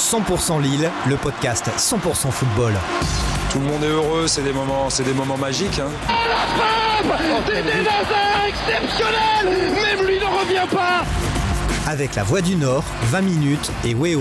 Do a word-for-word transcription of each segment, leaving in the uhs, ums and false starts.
cent pour cent Lille, le podcast cent pour cent football. Tout le monde est heureux, c'est des moments, c'est des moments magiques. Hein. La frappe C'était Nazar exceptionnel. Même lui n'en revient pas. Avec la Voix du Nord, vingt minutes et Weo.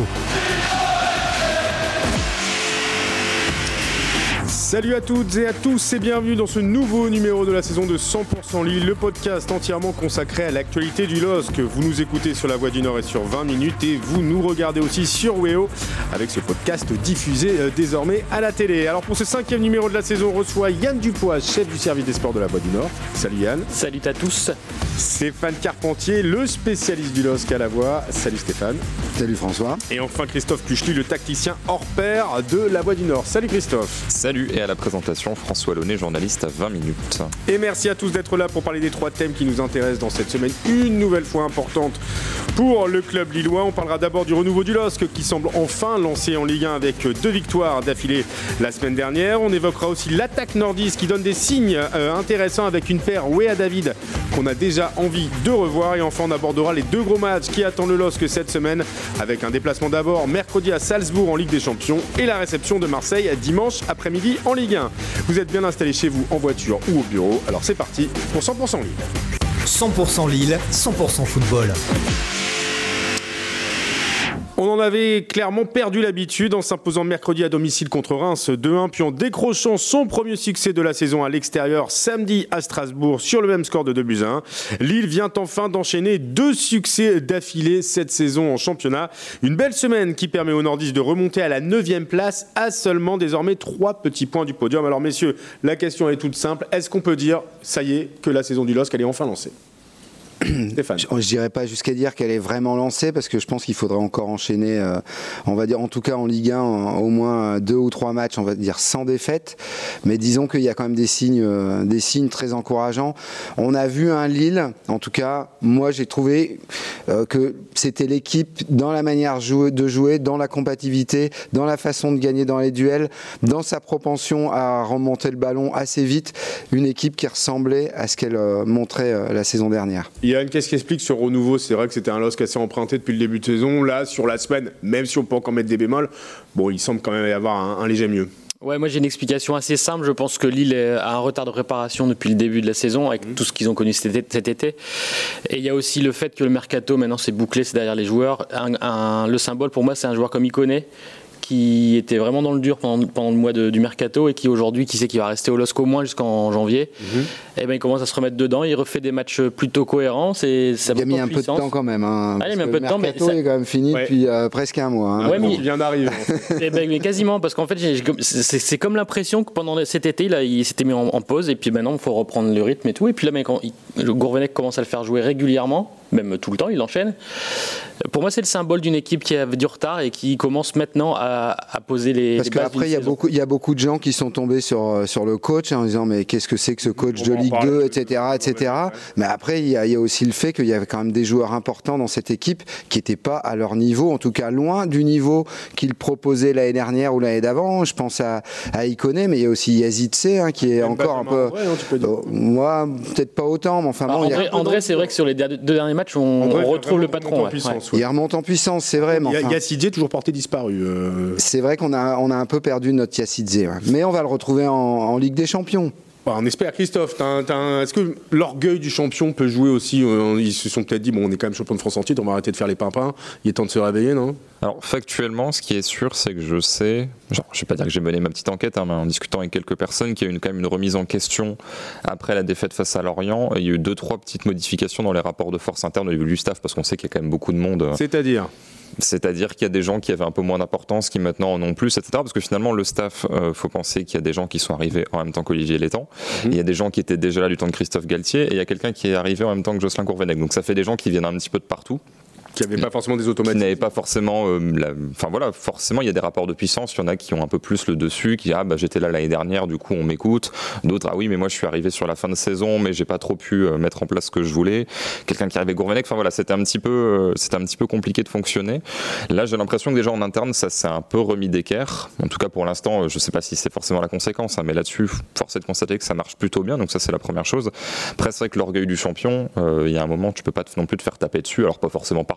Salut à toutes et à tous et bienvenue dans ce nouveau numéro de la saison de cent pour cent Lille, le podcast entièrement consacré à l'actualité du L O S C. Vous nous écoutez sur la Voix du Nord et sur vingt minutes et vous nous regardez aussi sur Weo avec ce podcast diffusé euh, désormais à la télé. Alors pour ce cinquième numéro de la saison, on reçoit Yann Dupois, chef du service des sports de la Voix du Nord. Salut Yann. Salut à tous. Stéphane Carpentier, le spécialiste du L O S C à la Voix. Salut Stéphane. Salut François. Et enfin Christophe Puchely, le tacticien hors pair de la Voix du Nord. Salut Christophe. Salut. Et à la présentation, François Launay, journaliste à vingt minutes. Et merci à tous d'être là pour parler des trois thèmes qui nous intéressent dans cette semaine, une nouvelle fois importante pour le club lillois. On parlera d'abord du renouveau du L O S C qui semble enfin lancé en Ligue un avec deux victoires d'affilée la semaine dernière. On évoquera aussi l'attaque nordiste qui donne des signes euh, intéressants avec une paire Wea David qu'on a déjà envie de revoir. Et enfin, on abordera les deux gros matchs qui attendent le L O S C cette semaine avec un déplacement d'abord mercredi à Salzbourg en Ligue des Champions et la réception de Marseille dimanche après-midi en Ligue un. Vous êtes bien installés chez vous, en voiture ou au bureau. Alors c'est parti pour cent pour cent Lille. cent pour cent Lille, cent pour cent football. On en avait clairement perdu l'habitude en s'imposant mercredi à domicile contre Reims deux un, puis en décrochant son premier succès de la saison à l'extérieur samedi à Strasbourg sur le même score de deux buts à un. Lille vient enfin d'enchaîner deux succès d'affilée cette saison en championnat. Une belle semaine qui permet aux nordistes de remonter à la neuvième place à seulement désormais trois petits points du podium. Alors messieurs, la question est toute simple. Est-ce qu'on peut dire, ça y est, que la saison du L O S C elle est enfin lancée ? Stéphane. Je, je dirais pas jusqu'à dire qu'elle est vraiment lancée parce que je pense qu'il faudrait encore enchaîner, euh, on va dire en tout cas en Ligue un, en, au moins deux ou trois matchs, on va dire sans défaite. Mais disons qu'il y a quand même des signes, euh, des signes très encourageants. On a vu un Lille, en tout cas, moi j'ai trouvé euh, que c'était l'équipe dans la manière jouer, de jouer, dans la combativité, dans la façon de gagner dans les duels, dans sa propension à remonter le ballon assez vite, une équipe qui ressemblait à ce qu'elle euh, montrait euh, la saison dernière. Yann, qu'est-ce qui explique ce renouveau ? C'est vrai que c'était un L O S C assez emprunté depuis le début de saison. Là, sur la semaine, même si on peut encore mettre des bémols, bon, il semble quand même y avoir un, un léger mieux. Ouais, moi j'ai une explication assez simple. Je pense que Lille a un retard de préparation depuis le début de la saison avec mmh. tout ce qu'ils ont connu cet été, cet été. Et il y a aussi le fait que le mercato maintenant c'est bouclé, c'est derrière les joueurs. Un, un, le symbole pour moi c'est un joueur comme Ikoné qui était vraiment dans le dur pendant, pendant le mois de, du mercato et qui aujourd'hui, qui sait qu'il va rester au L O S C au moins jusqu'en janvier, mmh. et ben il commence à se remettre dedans, il refait des matchs plutôt cohérents. C'est, ça il a mis un peu de temps quand même. Hein, ah, il a mis un peu de temps, mais le mercato est quand même fini ouais. depuis euh, presque un mois. Hein. Ouais, mais il vient d'arriver. et ben, mais quasiment, parce qu'en fait, j'ai, c'est, c'est comme l'impression que pendant cet été, là, il s'était mis en, en pause et puis maintenant, il faut reprendre le rythme et tout. Et puis là, mais quand il, le Gourvenec commence à le faire jouer régulièrement, même tout le temps, il enchaîne. Pour moi, c'est le symbole d'une équipe qui avait du retard et qui commence maintenant à, à poser les, Parce les bases. Parce qu'après, il y a beaucoup, il y a beaucoup de gens qui sont tombés sur, sur le coach en disant mais qu'est-ce que c'est que ce coach de Ligue deux, et cetera, et cetera. Mais après, il y, a, il y a aussi le fait qu'il y avait quand même des joueurs importants dans cette équipe qui n'étaient pas à leur niveau, en tout cas loin du niveau qu'ils proposaient l'année dernière ou l'année d'avant. Je pense à, à Ikoné, mais il y a aussi Yazidze hein, qui est encore un peu. Ouais, euh, moi, peut-être pas autant, mais enfin bon. André, il y a... André c'est vrai que sur les deux derniers matchs, on, on retrouve le patron. Ouais. Ouais. Il remonte en puissance, c'est vrai. Mais enfin, Yazidze toujours porté disparu. Euh... C'est vrai qu'on a, on a un peu perdu notre Yazidze, ouais. Mais on va le retrouver en, en Ligue des Champions. Bah, on espère, Christophe. T'as un, t'as un... Est-ce que l'orgueil du champion peut jouer aussi euh, Ils se sont peut-être dit, bon, on est quand même champion de France en titre, on va arrêter de faire les pimpins. Il est temps de se réveiller, non ? Alors, factuellement, ce qui est sûr, c'est que je sais, genre, je ne vais pas dire que j'ai mené ma petite enquête, hein, mais en discutant avec quelques personnes, qu'il y a eu quand même une remise en question après la défaite face à Lorient. Il y a eu deux, trois petites modifications dans les rapports de force internes au niveau du staff, parce qu'on sait qu'il y a quand même beaucoup de monde. C'est-à-dire C'est-à-dire qu'il y a des gens qui avaient un peu moins d'importance, qui maintenant en ont plus, et cetera. Parce que finalement, le staff, il euh, faut penser qu'il y a des gens qui sont arrivés en même temps qu'Olivier Létang. Mmh. Il y a des gens qui étaient déjà là du temps de Christophe Galtier, et il y a quelqu'un qui est arrivé en même temps que Jocelyn Gourvenec. Donc ça fait des gens qui viennent un petit peu de partout. Qui n'avaient pas forcément des automatismes. Qui n'avaient pas forcément. Euh, la... Enfin voilà, forcément, il y a des rapports de puissance. Il y en a qui ont un peu plus le dessus, qui disent ah bah j'étais là l'année dernière, du coup on m'écoute. D'autres ah oui, mais moi je suis arrivé sur la fin de saison, mais j'ai pas trop pu euh, mettre en place ce que je voulais. Quelqu'un qui arrivait Gourvenec. Enfin voilà, c'était un petit peu, euh, c'était un petit peu compliqué de fonctionner. Là, j'ai l'impression que déjà en interne, ça s'est un peu remis d'équerre. En tout cas pour l'instant, euh, je sais pas si c'est forcément la conséquence, hein, mais là-dessus, force est de constater que ça marche plutôt bien. Donc ça, c'est la première chose. Après, c'est vrai que l'orgueil du champion, il euh, y a un moment, tu peux pas non plus te faire taper dessus. Alors pas forcément par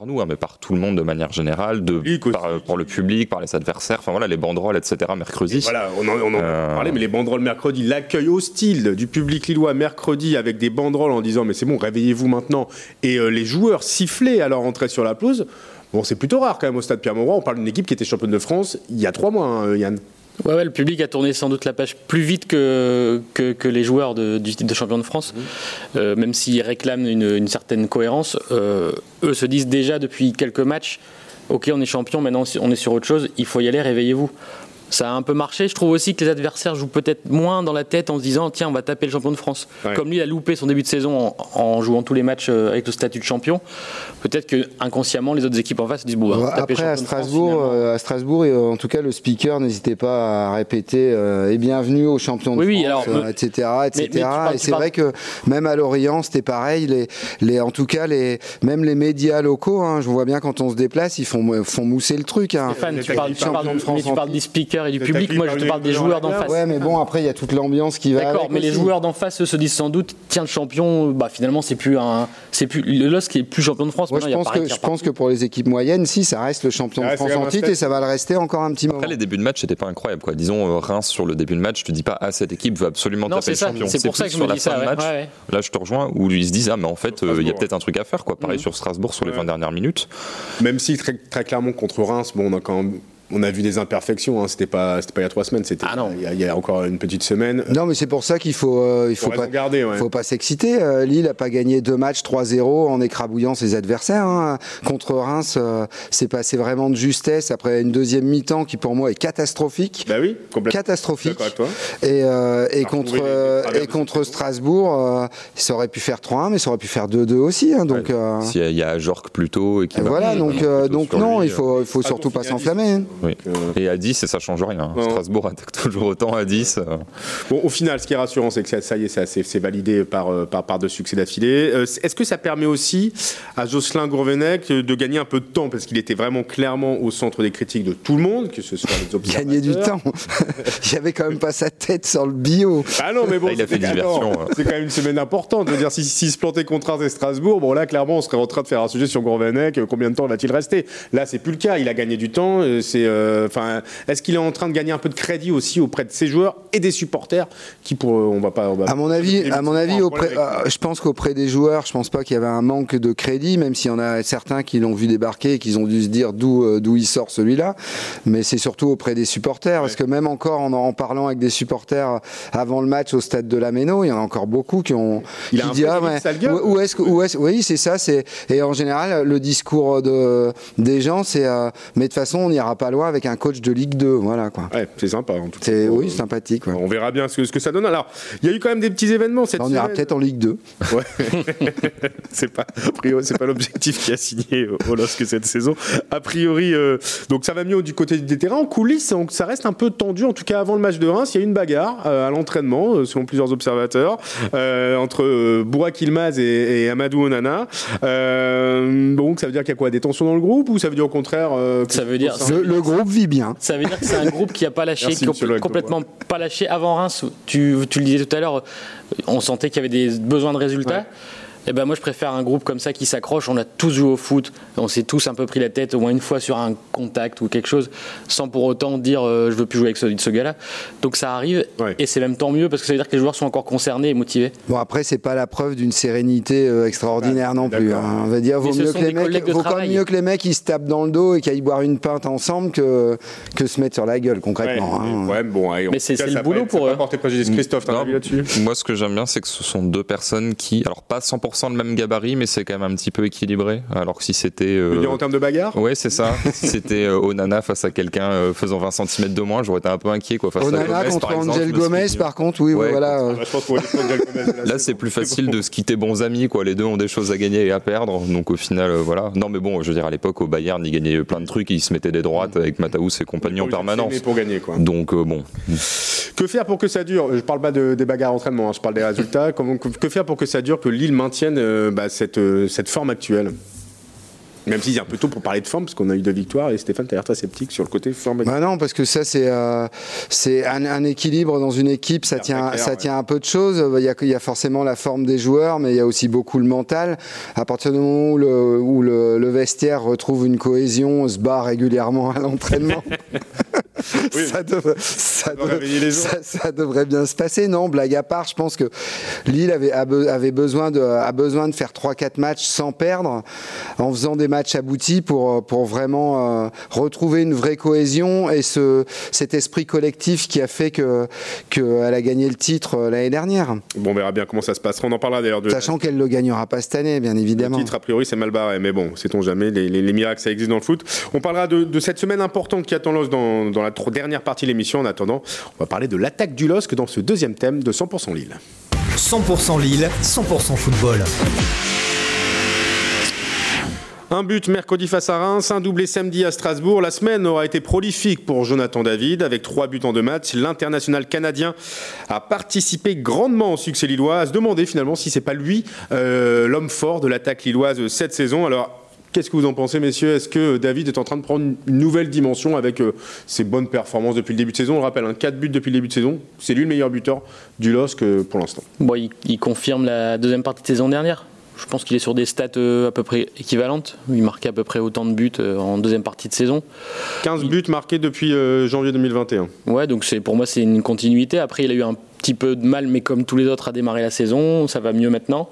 nous, hein, mais par tout le monde de manière générale, de, par, par le public, par les adversaires, enfin voilà, les banderoles, et cetera mercredi. Et voilà, on en, on en euh... parlait, mais les banderoles mercredi, l'accueil hostile du public lillois mercredi avec des banderoles en disant mais c'est bon, réveillez-vous maintenant, et euh, les joueurs sifflaient à leur entrée sur la pelouse. Bon, c'est plutôt rare quand même au stade Pierre-Mauroy. On parle d'une équipe qui était championne de France il y a trois mois, hein, Yann. Ouais, ouais, le public a tourné sans doute la page plus vite que, que, que les joueurs de, du titre de champion de France. Mmh. Euh, même s'ils réclament une, une certaine cohérence, euh, eux se disent déjà depuis quelques matchs, ok, on est champion, maintenant on est sur autre chose, il faut y aller, réveillez-vous. Ça a un peu marché. Je trouve aussi que les adversaires jouent peut-être moins dans la tête en se disant tiens, on va taper le champion de France. Ouais. Comme lui, il a loupé son début de saison en, en jouant tous les matchs avec le statut de champion. Peut-être que inconsciemment, les autres équipes en face se disent bon, bah, après taper à Strasbourg, France, euh, à Strasbourg, et, en tout cas, le speaker n'hésitait pas à répéter euh, et bienvenue aux champions de oui, France, oui, alors, euh, et cetera, et cetera. Mais, mais parles, et c'est parles... vrai que même à Lorient, c'était pareil. Les, les, en tout cas, les, même les médias locaux, hein, je vois bien quand on se déplace, ils font, font mousser le truc. Hein. Stéphane, tu parles, tu parles, de France, mais tu parles des speakers et du public. Moi, je te parle des joueurs d'en face. Ouais, mais bon, après, il y a toute l'ambiance qui va. D'accord, mais aussi. Les joueurs d'en face eux, se disent sans doute tiens, le champion, bah, finalement, c'est plus un. C'est plus, le L O S qui est plus champion de France. Moi, je pense, que, je pense que pour les équipes moyennes, si, ça reste le champion ah, de France en titre et ça va le rester encore un petit moment. Après, les débuts de match, c'était pas incroyable, quoi. Disons, Reims, sur le début de match, tu dis pas, ah, cette équipe veut absolument non, taper le ça, champion. C'est, c'est pour ça que je me dis ça. Ouais, match, ouais, ouais. Là, je te rejoins, où ils se disent, ah, mais en fait, il euh, y a peut-être un truc à faire, quoi. Pareil mmh. sur Strasbourg, sur les ouais. vingt dernières minutes. Même si, très, très clairement, contre Reims, bon, on a quand même. On a vu des imperfections, hein. c'était pas, c'était pas il y a trois semaines, c'était ah non. il, y a, il y a encore une petite semaine. Non, mais c'est pour ça qu'il faut, euh, il faut pas, garder, ouais. faut pas s'exciter. Euh, Lille a pas gagné deux matchs trois zéro en écrabouillant ses adversaires. Hein. Contre Reims, euh, c'est passé vraiment de justesse après une deuxième mi-temps qui pour moi est catastrophique. Bah oui, complètement. Catastrophique. D'accord avec toi. Et, euh, et contre, les, les et contre Strasbourg, euh, ça aurait pu faire trois un, mais ça aurait pu faire deux deux aussi. Hein, donc. Ouais. Euh... S'il y a Ajorc plus tôt et qui. Voilà, donc, euh, donc non, lui, il faut, il faut ah, surtout pas s'enflammer. Hein. Oui. Et à dix, et ça change rien. Non. Strasbourg attaque toujours autant à dix. Bon, au final, ce qui est rassurant, c'est que ça y est, ça, c'est, c'est validé par, par, par deux succès d'affilée. Euh, est-ce que ça permet aussi à Jocelyn Gourvenec de gagner un peu de temps, parce qu'il était vraiment clairement au centre des critiques de tout le monde, que ce soit les observateurs. Gagner du temps. Il n'y avait quand même pas sa tête sur le bio. Ah non, mais bon, là, il a fait diversion. Non, c'est quand même une semaine importante. Je veux dire, s'il si, si se plantait contre Reims et Strasbourg, bon là, clairement, on serait en train de faire un sujet sur Gourvenec. Combien de temps va-t-il rester ? Là, c'est plus le cas. Il a gagné du temps. C'est, enfin, euh, est-ce qu'il est en train de gagner un peu de crédit aussi auprès de ses joueurs et des supporters qui pour on va pas on va à mon avis à mon avis auprès euh, je pense qu'auprès des joueurs je pense pas qu'il y avait un manque de crédit, même s'il y en a certains qui l'ont vu débarquer et qu'ils ont dû se dire d'où euh, d'où il sort celui-là, mais c'est surtout auprès des supporters, ouais. Parce que même encore en, en parlant avec des supporters avant le match au stade de la Méno, il y en a encore beaucoup qui ont il qui disent ah mais où, où est-ce que où est-ce, oui c'est ça, c'est et en général le discours de des gens c'est euh, mais de toute façon on n'ira pas loin avec un coach de Ligue deux, voilà quoi. Ouais, c'est sympa en tout cas. C'est, oui, sympathique. Ouais. On verra bien ce que, ce que ça donne. Alors, il y a eu quand même des petits événements cette semaine. On ira peut-être en Ligue deux. Ouais. c'est pas, a priori, c'est pas l'objectif qui a signé au L O S C cette saison. A priori, euh, donc ça va mieux du côté des terrains. En coulisses, donc, ça reste un peu tendu. En tout cas, avant le match de Reims, il y a eu une bagarre euh, à l'entraînement, euh, selon plusieurs observateurs, euh, entre euh, Bourak Yilmaz et, et Amadou Onana. Euh, donc, ça veut dire qu'il y a quoi, des tensions dans le groupe, ou ça veut dire au contraire euh, que ça veut dire le, le groupe vit bien. Ça veut dire que c'est un groupe qui a pas lâché, Merci, compl- complètement pas lâché avant Reims. Tu, tu le disais tout à l'heure, on sentait qu'il y avait des besoins de résultats. Ouais. Et ben moi je préfère un groupe comme ça qui s'accroche. On a tous joué au foot, on s'est tous un peu pris la tête au moins une fois sur un contact ou quelque chose, sans pour autant dire euh, je veux plus jouer avec ce, ce gars-là. Donc ça arrive, ouais. Et c'est même tant mieux parce que ça veut dire que les joueurs sont encore concernés et motivés. Bon après c'est pas la preuve d'une sérénité euh, extraordinaire, ah, non plus. Hein. On va dire vaut mieux que les mecs, vaut quand même mieux que les mecs ils se tapent dans le dos et qu'ils aillent boire une pinte ensemble que que se mettre sur la gueule concrètement. Ouais, hein. Ouais, bon, allez, mais c'est, c'est le boulot pour eux. Préjudice. Christophe, t'as un avis là-dessus ? Moi ce que j'aime bien c'est que ce sont deux personnes qui, alors pas cent pour cent le même gabarit, mais c'est quand même un petit peu équilibré. Alors que si c'était. Euh... Tu veux dire en termes de bagarre ? Ouais, c'est ça. Si c'était euh, Onana face à quelqu'un euh, faisant vingt centimètres de moins, j'aurais été un peu inquiet. Quoi, face Onana à Gomez, contre par exemple, Angel Gomez, par contre, oui, ouais, voilà. Ah, bah, je pense qu'on va Angel Gomez, là, là, c'est plus facile bon. de se quitter bons amis. Quoi. Les deux ont des choses à gagner et à perdre. Donc au final, euh, voilà. Non, mais bon, je veux dire, à l'époque, au Bayern, ils gagnaient plein de trucs. Ils se mettaient des droites avec Mataous et compagnie en permanence. Pour gagner, quoi. Donc euh, bon. Que faire pour que ça dure ? Je parle pas de, des bagarres d'entraînement, hein, je parle des résultats. Comment, que faire pour que ça dure, que Lille maintienne euh, bah, cette, euh, cette forme actuelle ? Même s'il est un peu tôt pour parler de forme, parce qu'on a eu deux victoires et Stéphane, tu as l'air très sceptique sur le côté forme. Bah non, parce que ça, c'est, euh, c'est un, un équilibre dans une équipe, ça tient, clair, ça ouais. tient un peu de choses. Il y, a, il y a forcément la forme des joueurs, mais il y a aussi beaucoup le mental. À partir du moment où le, où le, le vestiaire retrouve une cohésion, se bat régulièrement à l'entraînement. Oui, ça, devrait, ça, devrait, ça, ça devrait bien se passer. Non, blague à part, je pense que Lille avait, avait besoin, de, a besoin de faire trois quatre matchs sans perdre, en faisant des matchs aboutis pour, pour vraiment euh, retrouver une vraie cohésion et ce, cet esprit collectif qui a fait que, qu'elle a gagné le titre l'année dernière. Bon, on verra bien comment ça se passera. On en parlera d'ailleurs de... Sachant qu'elle ne le gagnera pas cette année, bien évidemment. Le titre, a priori, c'est mal barré, mais bon, sait-on jamais, les, les, les miracles, ça existe dans le foot. On parlera de, de cette semaine importante qui attend l'Os dans, dans la dernière partie de l'émission. En attendant, on va parler de l'attaque du L O S C dans ce deuxième thème de cent pour cent Lille. cent pour cent Lille, cent pour cent football. Un but mercredi face à Reims, un doublé samedi à Strasbourg. La semaine aura été prolifique pour Jonathan David avec trois buts en deux matchs. L'international canadien a participé grandement au succès lillois. À se demander finalement si c'est pas lui euh, l'homme fort de l'attaque lilloise cette saison. Alors, qu'est-ce que vous en pensez, messieurs ? Est-ce que David est en train de prendre une nouvelle dimension avec euh, ses bonnes performances depuis le début de saison ? On le rappelle, hein, quatre buts depuis le début de saison. C'est lui le meilleur buteur du L O S C euh, pour l'instant. Bon, il, il confirme la deuxième partie de saison dernière. Je pense qu'il est sur des stats euh, à peu près équivalentes. Il marquait à peu près autant de buts euh, en deuxième partie de saison. quinze buts marqués depuis euh, janvier deux mille vingt et un. Ouais, donc c'est, pour moi, c'est une continuité. Après, il a eu un petit peu de mal, mais comme tous les autres, à démarrer la saison. Ça va mieux maintenant.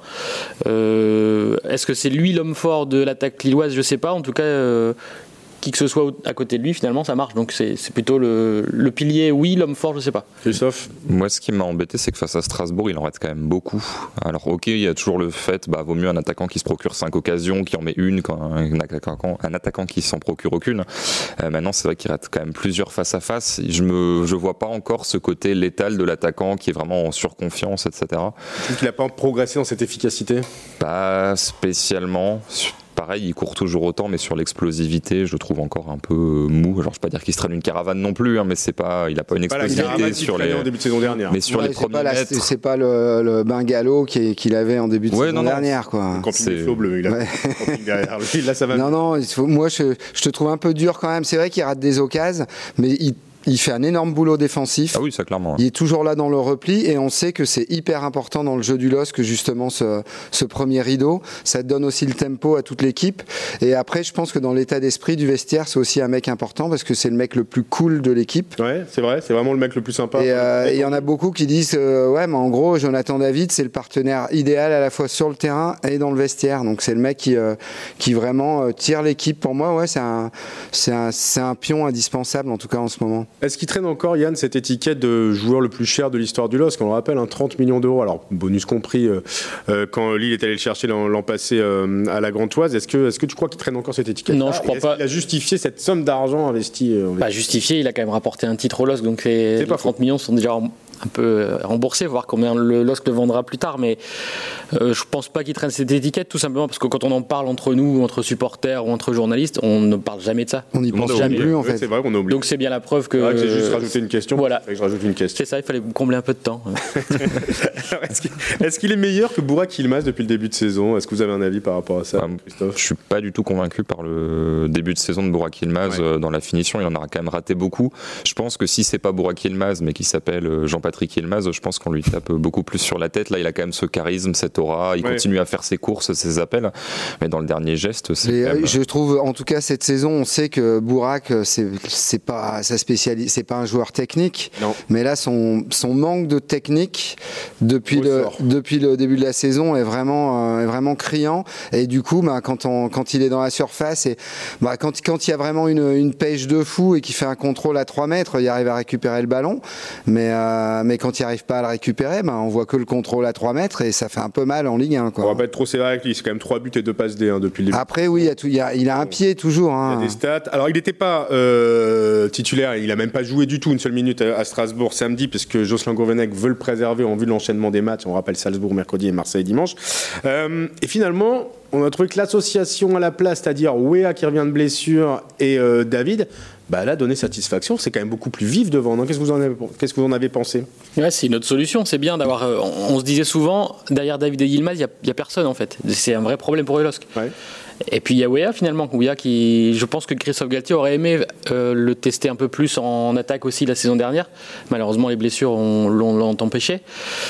Euh, est-ce que c'est lui l'homme fort de l'attaque lilloise ? Je ne sais pas. En tout cas, euh, qui que ce soit à côté de lui, finalement, ça marche. Donc c'est, c'est plutôt le, le pilier, oui, l'homme fort, je ne sais pas. Christophe ? Moi, ce qui m'a embêté, c'est que face à Strasbourg, il en reste quand même beaucoup. Alors, ok, il y a toujours le fait, bah, vaut mieux un attaquant qui se procure cinq occasions, qui en met une, qu'un un attaquant, un attaquant qui s'en procure aucune. Euh, maintenant, c'est vrai qu'il reste quand même plusieurs face à face. Je me, je vois pas encore ce côté létal de l'attaquant qui est vraiment en surconfiance, et cetera. Tu trouves qu'il n'a pas progressé dans cette efficacité ? Pas spécialement. Pareil, il court toujours autant, mais sur l'explosivité, je le trouve encore un peu mou. Alors, je ne vais pas dire qu'il se traîne une caravane non plus, hein, mais c'est pas, il n'a pas une explosivité pas sur les. En début de saison dernière. Mais sur ouais, les c'est premiers pas la, mètres. c'est pas le, le bungalow qu'il avait en début de ouais, saison non, non, dernière, quoi. Le camping des flots bleus, il a ouais. un camping derrière lui. Là, ça va. Non, non. Il faut, moi, je, je te trouve un peu dur quand même. C'est vrai qu'il rate des occasions, mais il Il fait un énorme boulot défensif. Ah oui, ça clairement. Il est toujours là dans le repli et on sait que c'est hyper important dans le jeu du L O S C que justement ce, ce premier rideau. Ça donne aussi le tempo à toute l'équipe. Et après, je pense que dans l'état d'esprit du vestiaire, c'est aussi un mec important parce que c'est le mec le plus cool de l'équipe. Ouais, c'est vrai. C'est vraiment le mec le plus sympa. Et il euh, y en a beaucoup qui disent euh, ouais, mais en gros, Jonathan David, c'est le partenaire idéal à la fois sur le terrain et dans le vestiaire. Donc c'est le mec qui, euh, qui vraiment euh, tire l'équipe. Pour moi, ouais, c'est un, c'est un, c'est un pion indispensable en tout cas en ce moment. Est-ce qu'il traîne encore, Yann, cette étiquette de joueur le plus cher de l'histoire du L O S C ? On le rappelle, hein, trente millions d'euros, alors bonus compris euh, euh, quand Lille est allé le chercher l'an, l'an passé euh, à la Gantoise. Est-ce que, est-ce que tu crois qu'il traîne encore cette étiquette ? Non, je crois est-ce pas. Il a justifié cette somme d'argent investie euh, Pas justifié, il a quand même rapporté un titre au L O S C, donc les, les trente millions sont déjà en, un peu remboursés, voir combien le L O S C le vendra plus tard, mais euh, je pense pas qu'il traîne cette étiquette, tout simplement parce que quand on en parle entre nous, entre supporters ou entre journalistes, on ne parle jamais de ça. On n'y pense jamais plus en fait. Ouais, c'est vrai qu'on oublie. Donc c'est bien la preuve que. C'est vrai que j'ai juste rajouté une question. Voilà. C'est, que je rajoute une question. C'est ça, il fallait combler un peu de temps. Alors, est-ce, qu'il, est-ce qu'il est meilleur que Burak Yilmaz depuis le début de saison ? Est-ce que vous avez un avis par rapport à ça, ah, Christophe ? Je suis pas du tout convaincu par le début de saison de Burak Yilmaz. Ouais. Dans la finition. Il en aura quand même raté beaucoup. Je pense que si c'est pas Burak Yilmaz, mais qui s'appelle Jean-Patrick Yilmaz, je pense qu'on lui tape beaucoup plus sur la tête. Là, il a quand même ce charisme, cette aura. Il ouais. continue à faire ses courses, ses appels, mais dans le dernier geste, c'est Les, quand même... Je trouve, en tout cas, cette saison, on sait que Burak, c'est, c'est pas sa spécialité, c'est pas un joueur technique, non. mais là, son, son manque de technique depuis le, depuis le début de la saison est vraiment, euh, est vraiment criant. Et du coup, bah, quand, on, quand il est dans la surface et bah, quand, quand il y a vraiment une, une pêche de fou et qu'il fait un contrôle à trois mètres, il arrive à récupérer le ballon, mais, euh, mais quand il n'arrive pas à le récupérer, bah, on voit que le contrôle à trois mètres et ça fait un peu mal en Ligue un, quoi. On va pas être trop sévère avec lui, c'est quand même trois buts et deux passes D hein, depuis le début. Après, oui, il, y a tout, il, y a, il a un pied toujours. Hein. Il y a des stats. Alors, il n'était pas euh, titulaire, il n'a même pas joué du tout une seule minute à Strasbourg samedi, parce que Jocelyn Gourvenec veut le préserver en vue de l'enchaînement des matchs. On rappelle Salzbourg mercredi et Marseille dimanche. Euh, et finalement, on a trouvé que l'association à la place, c'est-à-dire Wea qui revient de blessure et euh, David, bah là, donner satisfaction, c'est quand même beaucoup plus vif devant. Non Qu'est-ce que vous en avez, qu'est-ce que vous en avez pensé ? Ouais, c'est une autre solution. C'est bien d'avoir. On, on se disait souvent, derrière David et Yilmaz, il n'y a, a personne en fait. C'est un vrai problème pour le L O S C. Ouais. Et puis il y a Weah finalement, Weah qui, je pense que Christophe Galtier aurait aimé euh, le tester un peu plus en attaque aussi la saison dernière. Malheureusement les blessures ont, l'ont, l'ont empêché.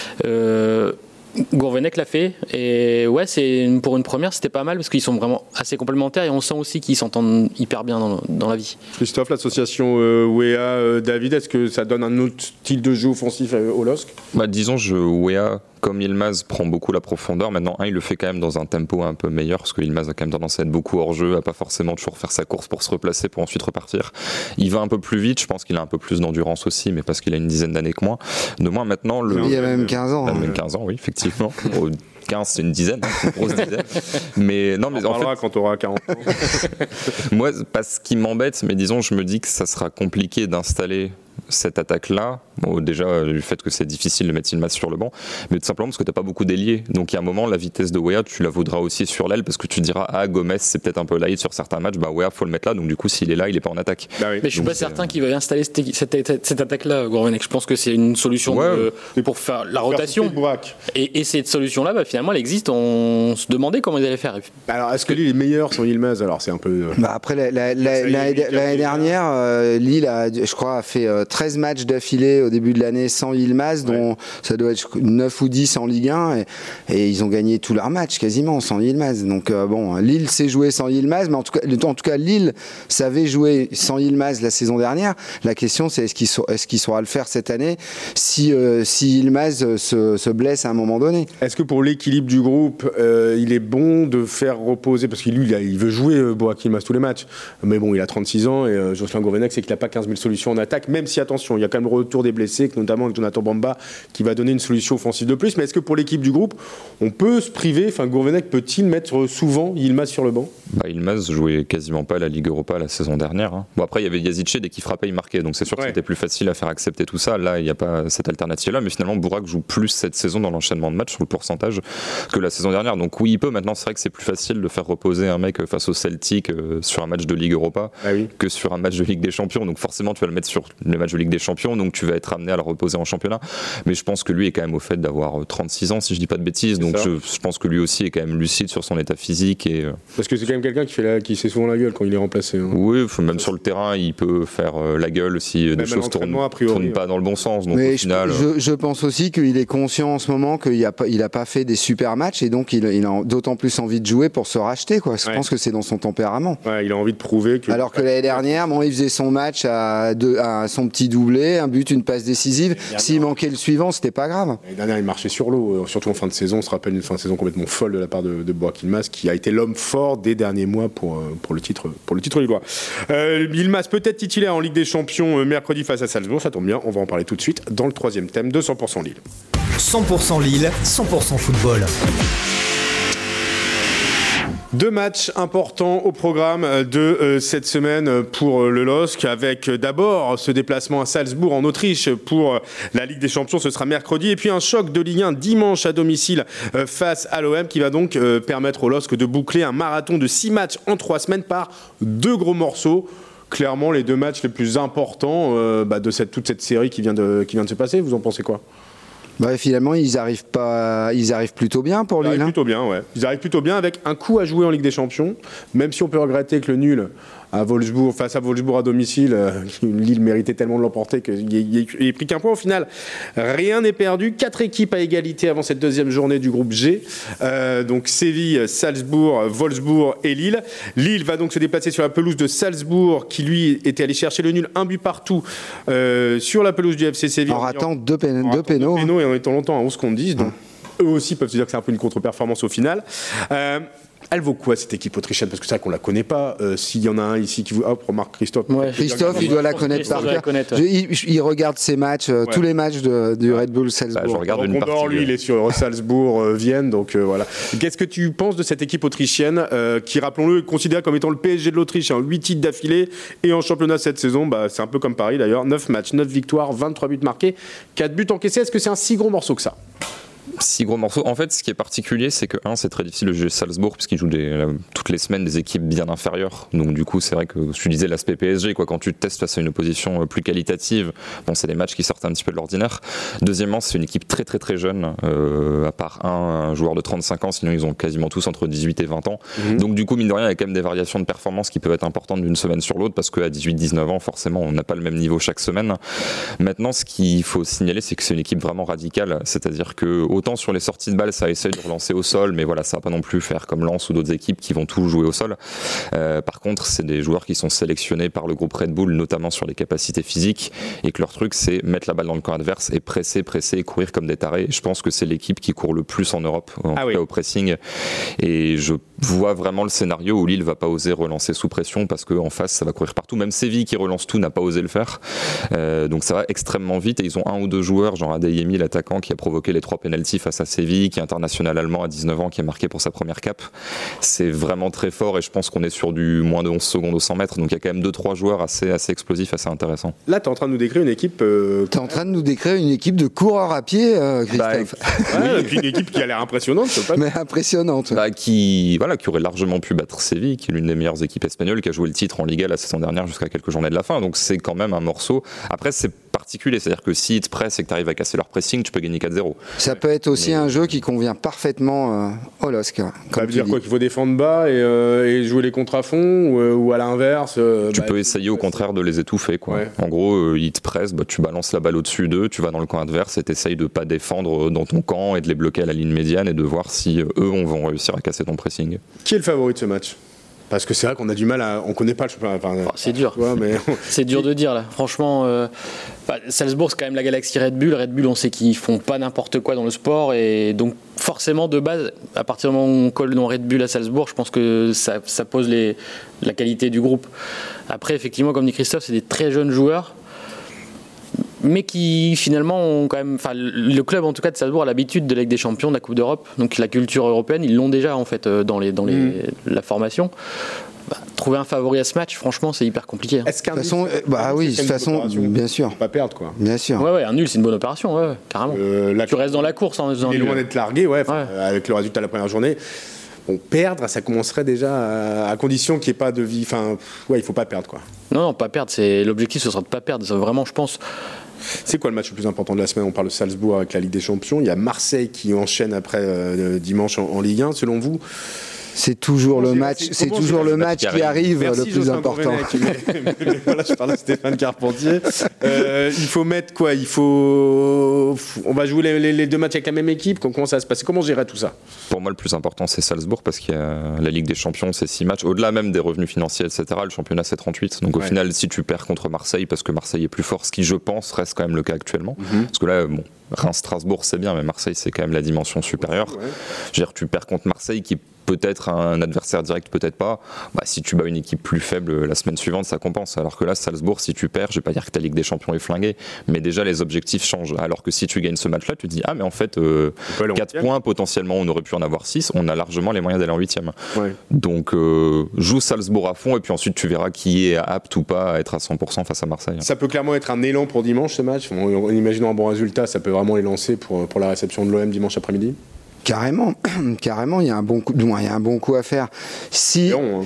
Euh, Gourvenec l'a fait et ouais, c'est, pour une première c'était pas mal parce qu'ils sont vraiment assez complémentaires et on sent aussi qu'ils s'entendent hyper bien dans, dans la vie. Christophe, l'association euh, Weah euh, David, est-ce que ça donne un autre style de jeu offensif euh, au L O S C? Bah, disons, je, Weah, comme Yilmaz prend beaucoup la profondeur, maintenant, un, il le fait quand même dans un tempo un peu meilleur, parce que Yilmaz a quand même tendance à être beaucoup hors jeu, à pas forcément toujours faire sa course pour se replacer, pour ensuite repartir. Il va un peu plus vite, je pense qu'il a un peu plus d'endurance aussi, mais parce qu'il a une dizaine d'années que moi. De moins maintenant, le. Il y a même quinze ans. Il y a même quinze ans, oui, effectivement. Au quinze, c'est une dizaine, une grosse dizaine. Mais non, mais on en fait. quand tu auras quarante ans. Moi, parce qu'il m'embête, mais disons, je me dis que ça sera compliqué d'installer cette attaque-là, bon, déjà du fait que c'est difficile de mettre Yilmaz sur le banc, mais tout simplement parce que t'as pas beaucoup d'ailiers. Donc il y a un moment, la vitesse de Weah, tu la voudras aussi sur l'aile parce que tu diras ah Gomez c'est peut-être un peu light sur certains matchs, bah Weah faut le mettre là. Donc du coup s'il est là, il est pas en attaque. Bah oui. Mais je suis donc, pas c'est... certain qu'il va installer cette, cette, cette attaque-là, Gourvenec. Je pense que c'est une solution ouais, de, pour faire la rotation. Et, et cette solution-là, bah, finalement, elle existe. On se demandait comment ils allaient faire. Alors est-ce que Lille est meilleur sans Yilmaz? Alors c'est un peu. Euh... Bah après la, la, la, la, la, l'année dernière, euh, Lille a, je crois, a fait euh, treize matchs d'affilée au début de l'année sans Yilmaz, dont ouais. ça doit être neuf ou dix en Ligue un, et, et ils ont gagné tous leurs matchs quasiment sans Yilmaz. Donc euh, bon, Lille sait jouer sans Yilmaz, mais en tout cas, en tout cas Lille savait jouer sans Yilmaz la saison dernière. La question c'est est-ce qu'il saura, est-ce qu'il saura le faire cette année si, euh, si Yilmaz se, se blesse à un moment donné. Est-ce que pour l'équilibre du groupe, euh, il est bon de faire reposer, parce que lui il veut jouer euh, Burak Yilmaz tous les matchs, mais bon il a trente-six ans et euh, Jocelyn Gourvenec c'est qu'il n'a pas quinze mille solutions en attaque, même si attention, il y a quand même le retour des blessés, notamment avec Jonathan Bamba qui va donner une solution offensive de plus. Mais est-ce que pour l'équipe du groupe on peut se priver, enfin Gourvenec peut-il mettre souvent Yilmaz sur le banc? Bah, Yilmaz jouait quasiment pas la Ligue Europa la saison dernière, hein. Bon après il y avait Yazice, dès qu'il frappait il marquait, donc c'est sûr que ouais. c'était plus facile à faire accepter tout ça. Là il n'y a pas cette alternative là, mais finalement Burak joue plus cette saison dans l'enchaînement de matchs sur le pourcentage que la saison dernière, donc oui il peut. Maintenant c'est vrai que c'est plus facile de faire reposer un mec face au Celtic euh, sur un match de Ligue Europa ah oui. que sur un match de Ligue des Champions, donc forcément tu vas le mettre sur le match de Ligue des Champions, donc tu vas être amené à le reposer en championnat. Mais je pense que lui est quand même au fait d'avoir trente-six ans si je dis pas de bêtises, c'est donc je, je pense que lui aussi est quand même lucide sur son état physique et euh... parce que c'est quand même quelqu'un qui fait la, qui fait souvent la gueule quand il est remplacé, hein. Oui, même sur le terrain il peut faire euh, la gueule si des choses tournent, tournent pas dans le bon sens, donc mais au final je, je, je pense aussi qu'il est conscient en ce moment qu'il a pas, il a pas fait des super matchs et donc il, il a d'autant plus envie de jouer pour se racheter quoi. Je ouais. pense que c'est dans son tempérament. Ouais, il a envie de prouver que alors que l'année dernière bon il faisait son match à, deux, à son petit doublé, un but, une passe décisive, s'il manquait le suivant c'était pas grave. L'année dernière il marchait sur l'eau, surtout en fin de saison. On se rappelle une fin de saison complètement folle de la part de, de Burak Yilmaz qui a été l'homme fort des derniers mois pour, pour le titre pour le titre lillois. Euh, Yilmaz peut-être titulaire en Ligue des Champions mercredi face à Salzbourg, ça tombe bien, on va en parler tout de suite dans le troisième thème de cent pour cent Lille. cent pour cent Lille, cent pour cent football. Deux matchs importants au programme de euh, cette semaine pour euh, le L O S C, avec euh, d'abord ce déplacement à Salzbourg en Autriche pour euh, la Ligue des Champions, ce sera mercredi, et puis un choc de Ligue un dimanche à domicile euh, face à l'O M qui va donc euh, permettre au L O S C de boucler un marathon de six matchs en trois semaines par deux gros morceaux. Clairement les deux matchs les plus importants euh, bah, de cette, toute cette série qui vient, de, qui vient de se passer. Vous en pensez quoi? Bah, finalement, ils arrivent pas, ils arrivent plutôt bien pour Lille. Ils arrivent plutôt bien, ouais. Ils arrivent plutôt bien avec un coup à jouer en Ligue des Champions, même si on peut regretter que le nul à Wolfsburg, face à Wolfsburg à domicile, euh, Lille méritait tellement de l'emporter qu'il n'ait pris qu'un point. Au final, rien n'est perdu. Quatre équipes à égalité avant cette deuxième journée du groupe G. Euh, donc Séville, Salzbourg, Wolfsburg et Lille. Lille va donc se déplacer sur la pelouse de Salzbourg, qui lui était allé chercher le nul, un but partout euh, sur la pelouse du F C Séville. En ratant deux, pén- en deux pénaux. Deux pénaux et en étant longtemps à onze contre dix. Donc eux aussi peuvent se dire que c'est un peu une contre-performance au final. Euh, Elle vaut quoi cette équipe autrichienne? Parce que c'est vrai qu'on la connaît pas. Euh, S'il y en a un ici qui vous. Hop, remarque Christophe. Ouais. Christophe, il doit la connaître par cœur. Ouais. Il, il regarde ses matchs, euh, ouais. tous les matchs de, du Red Bull Salzbourg. Bah, je regarde une Condor, partie. Lui, il est sur Salzbourg, euh, Vienne, donc euh, voilà. Qu'est-ce que tu penses de cette équipe autrichienne euh, qui, rappelons-le, est considérée comme étant le P S G de l'Autriche, hein, huit titres d'affilée et en championnat cette saison, bah, c'est un peu comme Paris d'ailleurs, neuf matchs, neuf victoires, vingt-trois buts marqués, quatre buts encaissés. Est-ce que c'est un si gros morceau que ça? Six gros morceaux. En fait, ce qui est particulier, c'est que, un, c'est très difficile de juger Salzbourg, puisqu'ils jouent des, euh, toutes les semaines des équipes bien inférieures. Donc, du coup, c'est vrai que tu disais l'aspect P S G, quoi, quand tu te testes face à une opposition plus qualitative, bon, c'est des matchs qui sortent un petit peu de l'ordinaire. Deuxièmement, c'est une équipe très, très, très jeune, euh, à part un, un joueur de trente-cinq ans, sinon ils ont quasiment tous entre dix-huit et vingt ans. Mmh. Donc, du coup, mine de rien, il y a quand même des variations de performance qui peuvent être importantes d'une semaine sur l'autre, parce qu'à dix-huit dix-neuf ans, forcément, on n'a pas le même niveau chaque semaine. Maintenant, ce qu'il faut signaler, c'est que c'est une équipe vraiment radicale, c'est-à-dire que autant sur les sorties de balles, ça essaie de relancer au sol, mais voilà, ça va pas non plus faire comme Lens ou d'autres équipes qui vont tout jouer au sol. Euh, par contre, c'est des joueurs qui sont sélectionnés par le groupe Red Bull, notamment sur les capacités physiques, et que leur truc, c'est mettre la balle dans le camp adverse et presser, presser et courir comme des tarés. Je pense que c'est l'équipe qui court le plus en Europe, en ah tout oui. cas au pressing. Et je vois vraiment le scénario où Lille va pas oser relancer sous pression parce qu'en face, ça va courir partout. Même Séville qui relance tout n'a pas osé le faire. Euh, donc ça va extrêmement vite et ils ont un ou deux joueurs, genre Adeyemi, l'attaquant, qui a provoqué les trois pénaltys face à Séville, qui est international allemand à dix-neuf ans, qui a marqué pour sa première cape. C'est vraiment très fort et je pense qu'on est sur du moins de onze secondes au cent mètres. Donc il y a quand même deux trois joueurs assez, assez explosifs, assez intéressants. Là, tu es en train de nous décrire une équipe... Euh... Tu es en train de nous décrire une équipe de coureurs à pied, euh, Christophe. Bah, ouais, oui. Une équipe qui a l'air impressionnante. Je sais pas. Mais impressionnante. Bah, qui, voilà, qui aurait largement pu battre Séville, qui est l'une des meilleures équipes espagnoles, qui a joué le titre en Liga la saison dernière jusqu'à quelques journées de la fin. Donc c'est quand même un morceau. Après, c'est particulier, c'est-à-dire que si ils te pressent et que tu arrives à casser leur pressing, tu peux gagner quatre zéro. Ça peut être aussi Mais... un jeu qui convient parfaitement euh, au L O S C. Ça veut dire dis. quoi, qu'il faut défendre bas et, euh, et jouer les contre à fond ou, euh, ou à l'inverse euh, Tu bah, peux essayer au contraire de les étouffer, quoi. Ouais. En gros, euh, ils te pressent, bah, tu balances la balle au-dessus d'eux, tu vas dans le camp adverse et tu essayes de ne pas défendre dans ton camp et de les bloquer à la ligne médiane et de voir si euh, eux on vont réussir à casser ton pressing. Qui est le favori de ce match ? Parce que c'est vrai qu'on a du mal à... On connaît pas le championnat. Enfin, oh, c'est dur. Ouais, mais... c'est dur de dire, là. Franchement, euh, bah, Salzbourg, c'est quand même la galaxie Red Bull. Red Bull, on sait qu'ils font pas n'importe quoi dans le sport. Et donc, forcément, de base, à partir du moment où on colle le nom Red Bull à Salzbourg, je pense que ça, ça pose les, la qualité du groupe. Après, effectivement, comme dit Christophe, c'est des très jeunes joueurs. Mais qui finalement ont quand même, enfin le club en tout cas de Salzbourg a l'habitude de la Ligue des Champions, de la Coupe d'Europe, donc la culture européenne ils l'ont déjà en fait dans les dans les mmh. la formation. Bah, trouver un favori à ce match, franchement, c'est hyper compliqué. Hein. Est-ce qu'un de toute façon, nul, bah oui, de toute façon, bien sûr, pas perdre quoi. Bien sûr. Ouais ouais, un nul c'est une bonne opération, ouais, ouais carrément. Euh, la... Tu restes dans la course en faisant. Il est loin d'être largué, ouais, ouais. Euh, avec le résultat de la première journée. Bon, perdre, ça commencerait déjà à, à condition qu'il n'y ait pas de vie. Enfin, ouais, il faut pas perdre quoi. Non non, pas perdre. C'est l'objectif, ce sera de pas perdre. Ça, vraiment, je pense. C'est quoi le match le plus important de la semaine ? On parle de Salzbourg avec la Ligue des Champions. Il y a Marseille qui enchaîne après euh, dimanche en, en Ligue un. Selon vous ? C'est toujours le match, c'est, c'est toujours le match qui arrive, Merci, le plus Jocelyn important. Mais, mais, mais voilà, je parle à Stéphane Carpentier. Euh, il faut mettre quoi ? Il faut, on va jouer les, les, les deux matchs avec la même équipe. Comment ça va se passer ? Comment gérer tout ça ? Pour moi, le plus important, c'est Salzbourg parce qu'il y a la Ligue des Champions, c'est six matchs. Au-delà même des revenus financiers, et cetera. Le championnat, c'est trente-huit. Donc au ouais. final, si tu perds contre Marseille, parce que Marseille est plus fort, ce qui, je pense, reste quand même le cas actuellement. Mm-hmm. Parce que là, bon. Reims-Strasbourg, c'est bien, mais Marseille, c'est quand même la dimension supérieure. Ouais. Je veux dire, tu perds contre Marseille, qui peut-être un adversaire direct, peut-être pas. Bah, si tu bats une équipe plus faible la semaine suivante, ça compense. Alors que là, Salzbourg, si tu perds, je vais pas dire que ta Ligue des Champions est flinguée, mais déjà les objectifs changent. Alors que si tu gagnes ce match-là, tu te dis ah mais en fait euh, quatre points potentiellement, on aurait pu en avoir six. On a largement les moyens d'aller en huitième. Ouais. Donc euh, joue Salzbourg à fond et puis ensuite tu verras qui est apte ou pas à être à cent pour cent face à Marseille. Ça peut clairement être un élan pour dimanche ce match. En, en imaginant un bon résultat, ça peut vraiment les lancer pour pour la réception de l'O M dimanche après-midi. Carrément, carrément, il y a un bon coup, il y a un bon coup à faire. Si, bon, hein.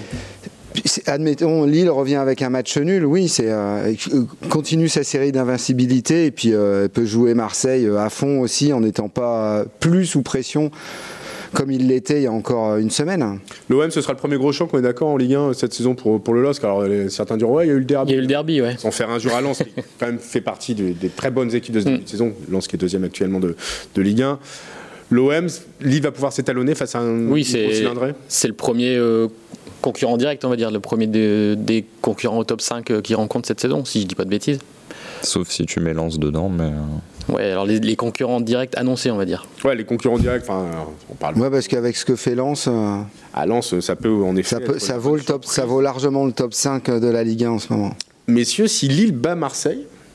admettons, Lille revient avec un match nul, oui, c'est euh, continue sa série d'invincibilité et puis euh, peut jouer Marseille à fond aussi en n'étant pas plus sous pression comme il l'était il y a encore une semaine. L'O M, ce sera le premier gros choc, on est d'accord, en Ligue un cette saison pour, pour le L O S C. Alors les, certains diront ouais, il y a eu le derby. Il y a eu le derby, ouais. Sans faire injure à Lens, qui quand même fait partie de, des très bonnes équipes de cette mm. saison. Lens qui est deuxième actuellement de, de Ligue un. L'O M, Lille va pouvoir s'étalonner face à un oui, c'est, cylindré. C'est le premier euh, concurrent direct, on va dire, le premier de, des concurrents au top cinq euh, qui rencontre cette saison, si je dis pas de bêtises. Sauf si tu mets Lens dedans, mais... Euh... Ouais, alors les, les concurrents directs annoncés, on va dire. Ouais, les concurrents directs, enfin, on parle... Ouais, parce qu'avec ce que fait Lens... Euh... À Lens, ça peut en effet... Ça, peut, ça, vaut le top, ça vaut largement le top cinq de la Ligue un en ce moment. Messieurs, si Lille bat Marseille,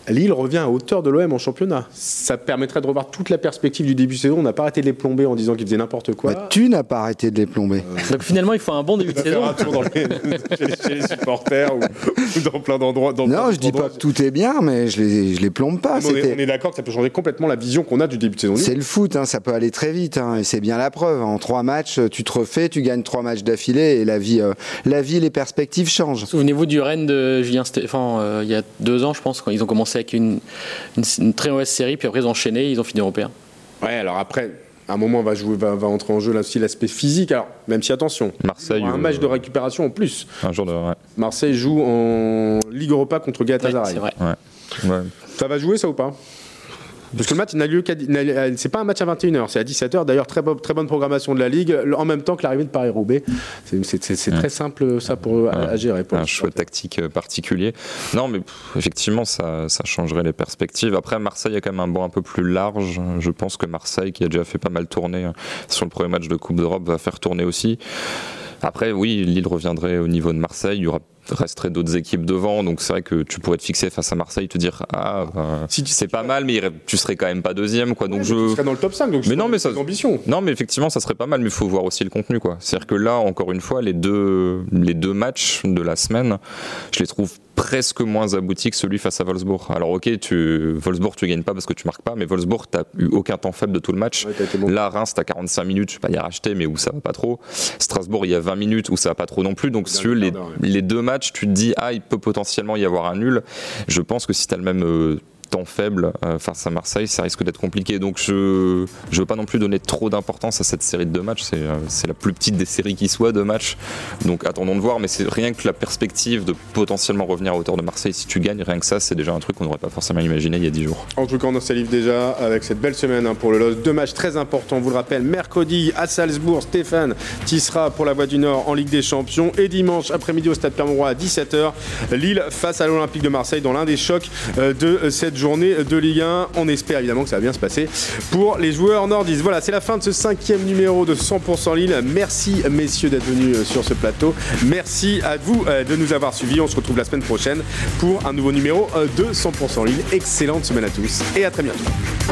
Lille revient à hauteur de l'O M en championnat. Ça permettrait de revoir toute la perspective du début de saison. On n'a pas arrêté de les plomber en disant qu'ils faisaient n'importe quoi. Bah, tu n'as pas arrêté de les plomber. Euh... Donc finalement, il faut un bon début de saison. Faire un tour dans les, chez, les, chez les supporters ou, ou dans plein d'endroits. Dans non, plein je dis pas que tout est bien, mais je les, je les plombe pas. On est, on est d'accord que ça peut changer complètement la vision qu'on a du début de saison. C'est le foot, hein, ça peut aller très vite. Hein, et c'est bien la preuve. En trois matchs, tu te refais, tu gagnes trois matchs d'affilée et la vie, euh, la vie, les perspectives changent. Souvenez-vous du Rennes de Julien Stéphan euh, il y a deux ans, je pense, quand ils ont commencé avec une Une, une très mauvaise série, puis après ils ont enchaîné, ils ont fini européen. Ouais, alors après, à un moment, on va, jouer, va, va entrer en jeu là aussi l'aspect physique. Alors, même si attention, Marseille, un euh, match de récupération en plus. Un jour de. Ouais. Marseille joue en Ligue Europa contre Galatasaray. Ouais, c'est vrai. Ouais. Ouais. Ça va jouer ça ou pas? Parce que le match n'a lieu qu'à. C'est pas un match à vingt et une heures, c'est à dix-sept heures. D'ailleurs, très, bo- très bonne programmation de la Ligue, en même temps que l'arrivée de Paris-Roubaix. C'est, c'est, c'est, c'est ouais. très simple, ça, pour, à, à gérer. Pour un choix tactique particulier. Non, mais pff, effectivement, ça, ça changerait les perspectives. Après, Marseille a quand même un banc un peu plus large. Je pense que Marseille, qui a déjà fait pas mal tourner sur le premier match de Coupe d'Europe, va faire tourner aussi. Après, oui, Lille reviendrait au niveau de Marseille. Il y aura resterait d'autres équipes devant, donc c'est vrai que tu pourrais te fixer face à Marseille, te dire ah euh, si c'est pas mal, mais tu serais quand même pas deuxième, quoi. Donc ouais, je tu serais dans le top cinq, donc mais non, mais ça ambition. Non, mais effectivement, ça serait pas mal, mais il faut voir aussi le contenu, quoi. C'est-à-dire que là, encore une fois, les deux les deux matchs de la semaine, je les trouve presque moins abouti que celui face à Wolfsburg. Alors ok, tu, Wolfsburg tu gagnes pas parce que tu marques pas, mais Wolfsburg t'as eu aucun temps faible de tout le match. Ouais, bon. Là, Reims t'as quarante-cinq minutes, je vais pas y racheter, mais où ça va pas trop. Strasbourg il y a vingt minutes où ça va pas trop non plus. Donc si les, ouais. les deux matchs, tu te dis ah il peut potentiellement y avoir un nul. Je pense que si t'as le même euh, temps faible euh, face à Marseille, ça risque d'être compliqué. Donc je je veux pas non plus donner trop d'importance à cette série de deux matchs. C'est euh, c'est la plus petite des séries qui soit, deux matchs. Donc attendons de voir. Mais c'est rien que la perspective de potentiellement revenir à hauteur de Marseille si tu gagnes, rien que ça, c'est déjà un truc qu'on n'aurait pas forcément imaginé il y a dix jours. En tout cas, on salive déjà avec cette belle semaine hein, pour le L O S. Deux matchs très importants. On vous le rappelle, mercredi à Salzbourg, Stéphane tissera pour la Voix du Nord en Ligue des Champions. Et dimanche après-midi au Stade Pierre-Mauroy à dix-sept heures, Lille face à l'Olympique de Marseille dans l'un des chocs de cette journée de Ligue un. On espère évidemment que ça va bien se passer pour les joueurs nordistes. Voilà, c'est la fin de ce cinquième numéro de cent pour cent Lille. Merci messieurs d'être venus sur ce plateau. Merci à vous de nous avoir suivis. On se retrouve la semaine prochaine pour un nouveau numéro de cent pour cent Lille. Excellente semaine à tous et à très bientôt.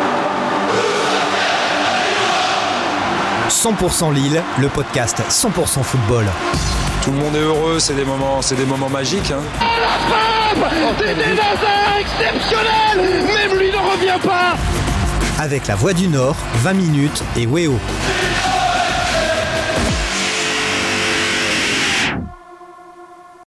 cent pour cent Lille, le podcast cent pour cent football. Tout le monde est heureux, c'est des moments, c'est des moments magiques. Hein. Oh la frappe des Nazars exceptionnel. Même lui ne revient pas. Avec la Voix du Nord, vingt minutes et Weo.